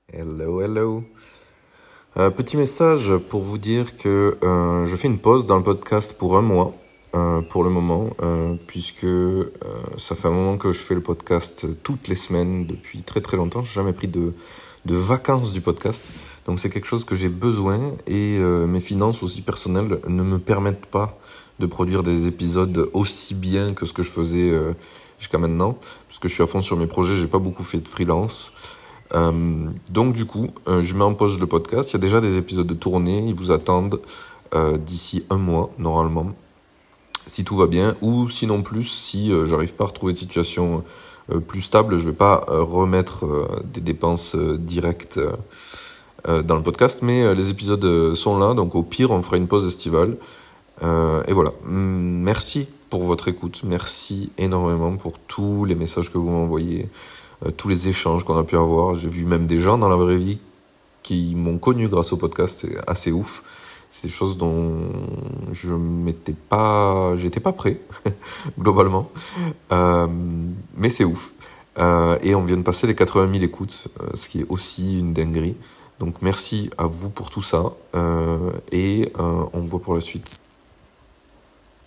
Hello, hello. Petit message pour vous dire que je fais une pause dans le podcast pour un mois, pour le moment, puisque ça fait un moment que je fais le podcast toutes les semaines depuis très très longtemps. J'ai jamais pris de vacances du podcast, donc c'est quelque chose que j'ai besoin et mes finances aussi personnelles ne me permettent pas de produire des épisodes aussi bien que ce que je faisais jusqu'à maintenant, parce que je suis à fond sur mes projets, j'ai pas beaucoup fait de freelance. Donc du coup, je mets en pause le podcast. Il y a déjà des épisodes de tournée, ils vous attendent d'ici un mois normalement, si tout va bien, ou sinon plus, si j'arrive pas à retrouver de situation plus stable, je vais pas remettre des dépenses directes dans le podcast, mais les épisodes sont là, donc au pire on fera une pause estivale. Et voilà, merci pour votre écoute, merci énormément pour tous les messages que vous m'envoyez, tous les échanges qu'on a pu avoir. J'ai vu même des gens dans la vraie vie qui m'ont connu grâce au podcast, c'est assez ouf. C'est des choses dont j'étais pas prêt, globalement. Mais c'est ouf. Et on vient de passer les 80 000 écoutes, ce qui est aussi une dinguerie. Donc merci à vous pour tout ça, et on voit pour la suite.